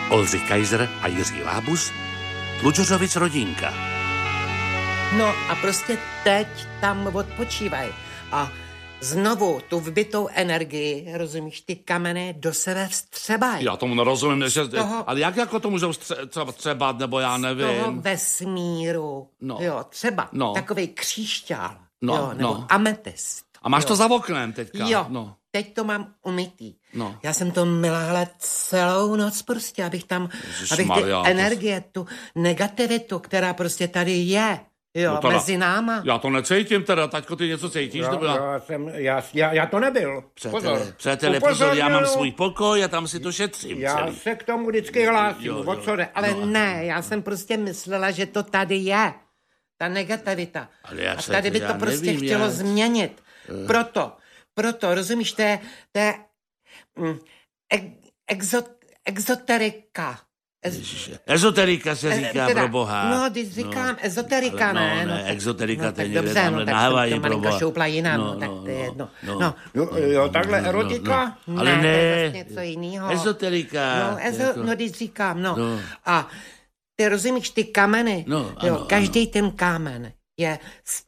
Oldřich Kaiser a Jiří Lábus, Tlučořovic rodinka. No a prostě teď tam odpočívaj. A znovu tu vbitou energii, rozumíš, ty kameny do sebe vstřebají. Já tomu nerozumím, ale jak jako to můžou vstřebat, nebo já nevím. Z toho vesmíru, jo, třeba takovej kříšťál, nebo ametist. A máš to za oknem teďka? Jo, teď to mám umytý. Já jsem to měla celou noc prostě, abych ty energie, tu negativitu, která prostě tady je, mezi náma. Já to necítím teda, taťko, ty něco cítíš? Já to nebyl. Přátelé, pozor, já mám svůj pokoj a tam si to šetřím. Já se k tomu vždycky hlásím, ale ne, já jsem prostě myslela, že to tady je. Ta negativita. A tady by to prostě chtělo změnit. Proto, rozumíš, to je exoterika. Ezoterika se říká pro Boha. No, když říkám ezoterika, ne? Ne, exoterika, to je někde tamhle na Havaji pro Boha. Šoupla jinam, tak to je jedno. Jo, takhle erotika? Ale ne. To je něco jiného. Ezoterika. Když říkám, A ty rozumíš, ty kameny, každý ten kámen je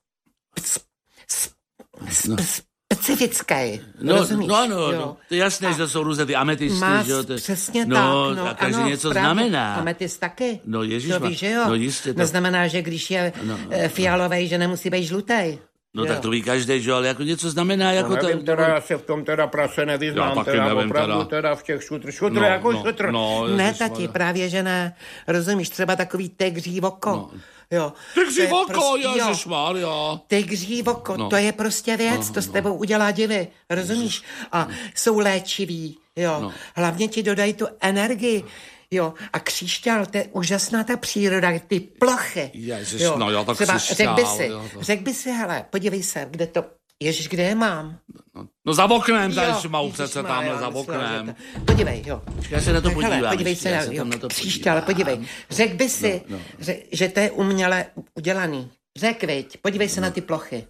specifický, rozumíš? No, to je jasné, že jsou různé ty ametisty, že jo? Přesně tak, a každý něco znamená. Ametist taky. No ježiš, to víš, že jo? No jistě. Neznamená, že když je fialovej, že nemusí být žlutej. No tak to ví každý, že ale jako něco znamená, jako to... Nevím, já se v tom prase nevyznám, já taky nevím, opravdu v těch šutr, jako šutr. Ne, tati, právě, že ne. Rozumíš, třeba takový tegří oko. Tegří oko, ježišmarja. Tegří oko, to je prostě věc, to s tebou udělá divy, rozumíš? A jsou léčivý, hlavně ti dodají tu energii. A kříšťál, to je úžasná ta příroda, ty plochy. Ježiš, tak třeba kříšťál. Řekl by si, hele, podívej se, kde je mám? No za oknem, tady mám přece tamhle za oknem. Podívej, Já se na to podívám. Hele, podívej se na kříšťál, podívej. Řekl by si, že to je uměle udělaný. Řekl, viď, podívej se na ty plochy.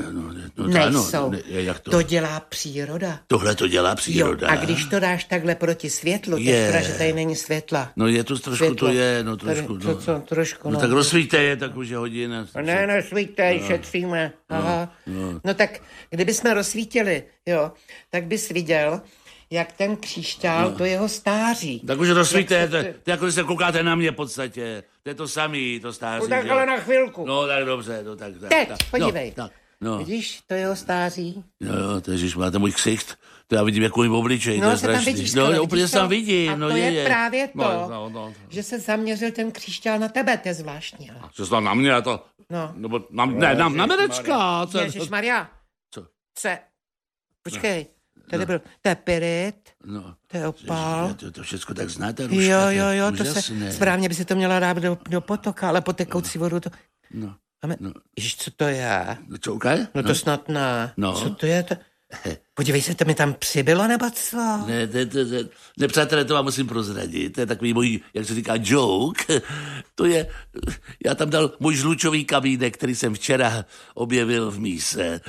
Nejsou. To dělá příroda. Tohle to dělá příroda. A když to dáš takhle proti světlu, to je, že tady není světla. No je to trošku, světlo. To je, trošku. Trošku, tak rozsvítej, tak už je hodina. Ne, svítej, šetříme. Aha. No tak, kdybychom rozsvítili, tak bys viděl, jak ten kříšťál, to jeho stáří. Tak už rozsvíte, to jako když se koukáte na mě v podstatě. To je to samý, to stáří. Tak ale na chvilku. No tak dobře, tak. Teď, podívej. Vidíš, to jeho stáří. Jo, to ježiš, máte můj ksicht. To já vidím jako můj obličej, to je strašný. Vidíš, úplně se tam vidím. A to je právě to, že se zaměřil ten kříšťál na tebe, to je zvláštní. Co jsi tam na mě, to... Nebo na Merečka. Ježišmarja. Co? Počkej. Tady byl, to je pyrit, to je opál. To všechno tak znáte, Ruška. Jo, to se správně by si to měla dát do potoka, ale potekoucí vodu to... Ježiš, co to je? Čoukaj? No to snad ne. Co to je? Podívej se, to mi tam přibylo, nebo co? Ne, přátelé, to vám musím prozradit. To je takový můj, jak se říká, joke. To je, já tam dal můj žlučový kamínek, který jsem včera objevil v míse.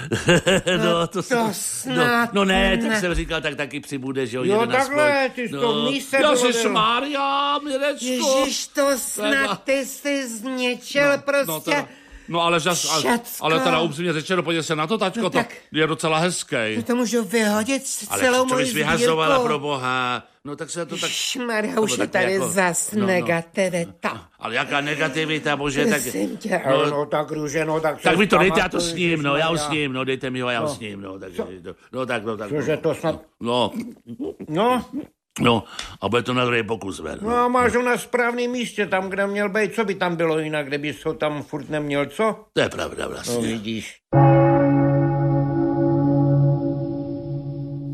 Tak jsem říkal, tak taky přibude, že jo, takhle, ty jsi to v míse Ježišmarja, Mirečko. Ježiš, to snad ty jsi zničil prostě... ale teda upřímně řečeno, podívej se na to, tačko, to je docela hezký. To můžu vyhodit celou moji sbírku. Ale vyhazovala pro Boha. No tak se to tak... Šmarja, už je tady zas negativita. Ale jaká negativita, bože, tak... tak růže, tak vy to dejte, já to sním, já ho sním, dejte mi ho, já ho sním, tak. Cože to snad... No, a bude to na druhý pokus, No a máš ho na správném místě, tam, kde měl být, co by tam bylo jinak, kdyby ho tam furt neměl, co? To je pravda vlastně. No vidíš.